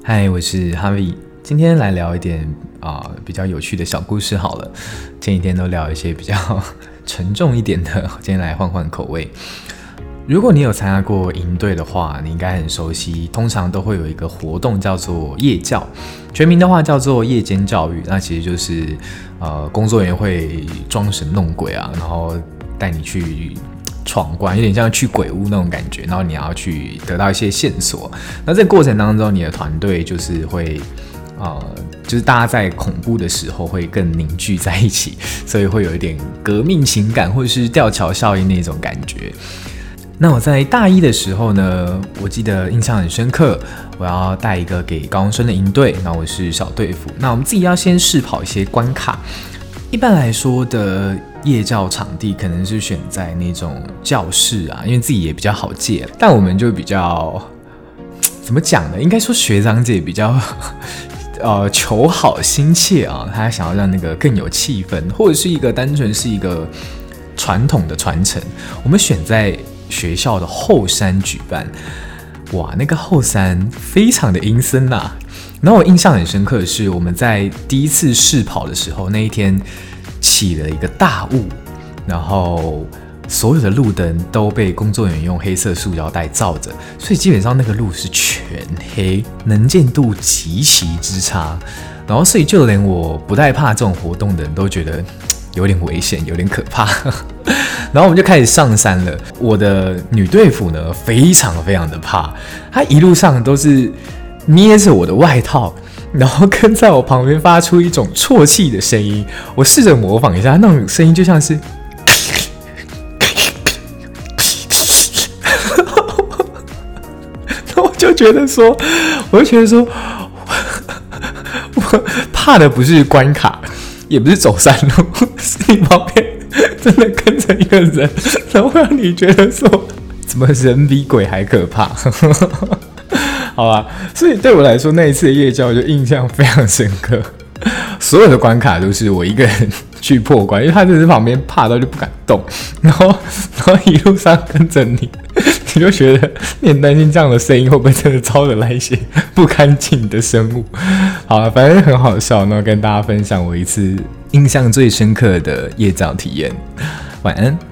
嗨，我是哈维，今天来聊一点比较有趣的小故事好了。前几天都聊一些比较沉重一点的，今天来换换口味。如果你有参加过营队的话，你应该很熟悉，通常都会有一个活动叫做夜教，全名的话叫做夜间教育。那其实就是工作人员会装神弄鬼啊，然后带你去闯关，有点像去鬼屋那种感觉，然后你要去得到一些线索。那这个过程当中，你的团队就是会就是大家在恐怖的时候会更凝聚在一起，所以会有一点革命情感或者是吊桥效应那种感觉。那我在大一的时候呢，我记得印象很深刻，我要带一个给高中生的营队，那我是小队副，那我们自己要先试跑一些关卡。一般来说的夜教场地可能是选在那种教室啊，因为自己也比较好借，但我们就比较怎么讲呢？应该说学长姐比较求好心切啊，他想要让那个更有气氛，或者是一个单纯是一个传统的传承。我们选在学校的后山举办，哇，那个后山非常的阴森啊。然后我印象很深刻的是，我们在第一次试跑的时候，那一天起了一个大雾，然后所有的路灯都被工作人员用黑色塑胶袋罩着，所以基本上那个路是全黑，能见度极其之差。然后所以就连我不太怕这种活动的人都觉得有点危险，有点可怕。然后我们就开始上山了。我的女队服呢，非常非常的怕，她一路上都是捏着我的外套，然后跟在我旁边发出一种啜泣的声音。我试着模仿一下，那种声音就像是，那我就觉得说，我怕的不是关卡，也不是走山路，是你旁边真的跟着一个人，然后让你觉得说，怎么人比鬼还可怕？好吧，所以对我来说，那一次的夜教就印象非常深刻。所有的关卡都是我一个人去破关，因为他在旁边怕到就不敢动，然后一路上跟着你，你就觉得你很担心这样的声音会不会真的招惹来一些不干净的生物。好了，反正很好笑，然后跟大家分享我一次印象最深刻的夜教体验。晚安。